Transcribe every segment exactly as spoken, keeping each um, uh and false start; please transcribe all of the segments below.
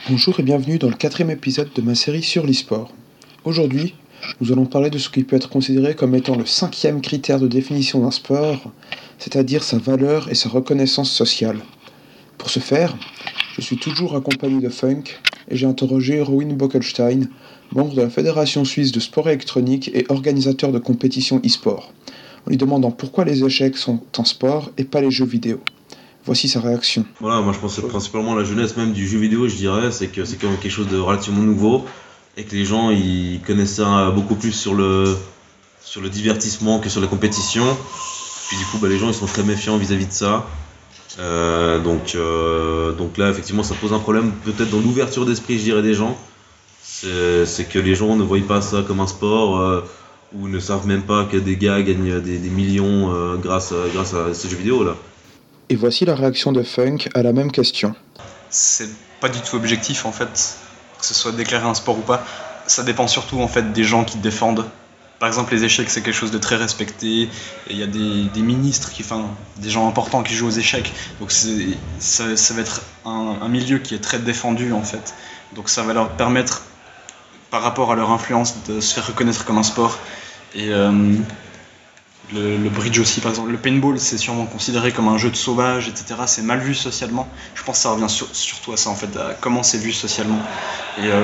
Bonjour et bienvenue dans le quatrième épisode de ma série sur l'e-sport. Aujourd'hui, nous allons parler de ce qui peut être considéré comme étant le cinquième critère de définition d'un sport, c'est-à-dire sa valeur et sa reconnaissance sociale. Pour ce faire, je suis toujours accompagné de Funk et j'ai interrogé Rowan Bockelstein, membre de la Fédération suisse de sport électronique et organisateur de compétitions e-sport, en lui demandant pourquoi les échecs sont en sport et pas les jeux vidéo. Voici sa réaction. Voilà, moi je pense que principalement la jeunesse même du jeu vidéo, je dirais, c'est que c'est quand même quelque chose de relativement nouveau et que les gens ils connaissent ça beaucoup plus sur le, sur le divertissement que sur la compétition. Puis du coup, bah, les gens ils sont très méfiants vis-à-vis de ça. Euh, donc, euh, donc là, effectivement, ça pose un problème peut-être dans l'ouverture d'esprit, je dirais, des gens. C'est, c'est que les gens ne voient pas ça comme un sport euh, ou ne savent même pas que des gars gagnent des, des millions euh, grâce, à, grâce à ces jeux vidéo là. Et voici la réaction de Funk à la même question. C'est pas du tout objectif en fait, que ce soit déclarer un sport ou pas. Ça dépend surtout en fait des gens qui défendent. Par exemple, les échecs, c'est quelque chose de très respecté. Et il y a des, des ministres, qui, enfin, des gens importants qui jouent aux échecs. Donc c'est, ça, ça va être un, un milieu qui est très défendu en fait. Donc ça va leur permettre, par rapport à leur influence, de se faire reconnaître comme un sport. Et euh, le, le bridge aussi, par exemple. Le paintball, c'est sûrement considéré comme un jeu de sauvage, et cetera. C'est mal vu socialement. Je pense que ça revient sur, surtout à ça en fait, à comment c'est vu socialement. Et euh,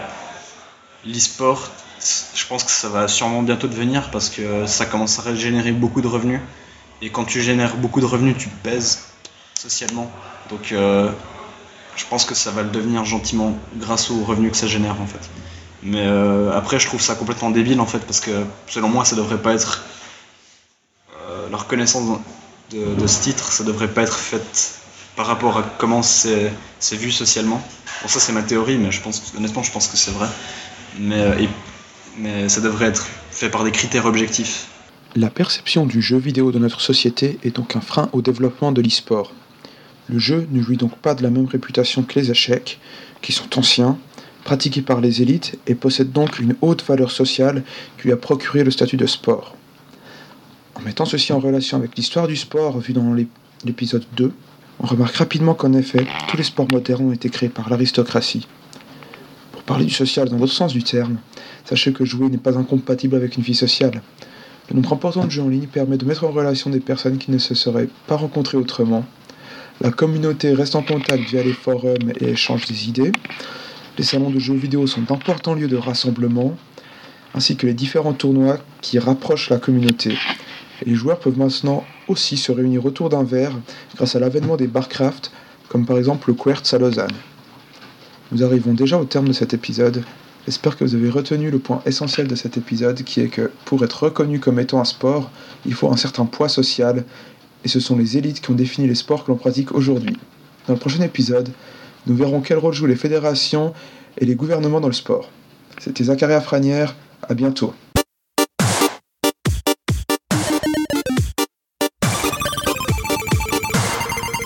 l'e-sport, je pense que ça va sûrement bientôt devenir parce que ça commence à générer beaucoup de revenus. Et quand tu génères beaucoup de revenus, tu pèses socialement. Donc euh, je pense que ça va le devenir gentiment grâce aux revenus que ça génère en fait. Mais euh, après, je trouve ça complètement débile en fait parce que selon moi, ça devrait pas être euh, la reconnaissance de, de ce titre, ça devrait pas être faite par rapport à comment c'est, c'est vu socialement. Bon, ça c'est ma théorie, mais je pense, honnêtement, je pense que c'est vrai. Mais, et, mais ça devrait être fait par des critères objectifs. La perception du jeu vidéo de notre société est donc un frein au développement de l'e-sport. Le jeu ne jouit donc pas de la même réputation que les échecs, qui sont anciens, pratiqués par les élites et possèdent donc une haute valeur sociale qui lui a procuré le statut de sport. En mettant ceci en relation avec l'histoire du sport vue dans l'épisode deux, on remarque rapidement qu'en effet, tous les sports modernes ont été créés par l'aristocratie. Pour parler du social dans l'autre sens du terme, sachez que jouer n'est pas incompatible avec une vie sociale. Le nombre important de jeux en ligne permet de mettre en relation des personnes qui ne se seraient pas rencontrées autrement. La communauté reste en contact via les forums et échange des idées. Les salons de jeux vidéo sont d'importants lieux de rassemblement, ainsi que les différents tournois qui rapprochent la communauté. Et les joueurs peuvent maintenant aussi se réunir autour d'un verre grâce à l'avènement des barcraft, comme par exemple le Quertz à Lausanne. Nous arrivons déjà au terme de cet épisode. J'espère que vous avez retenu le point essentiel de cet épisode, qui est que pour être reconnu comme étant un sport, il faut un certain poids social, et ce sont les élites qui ont défini les sports que l'on pratique aujourd'hui. Dans le prochain épisode, nous verrons quel rôle jouent les fédérations et les gouvernements dans le sport. C'était Zacharia Franière, à bientôt.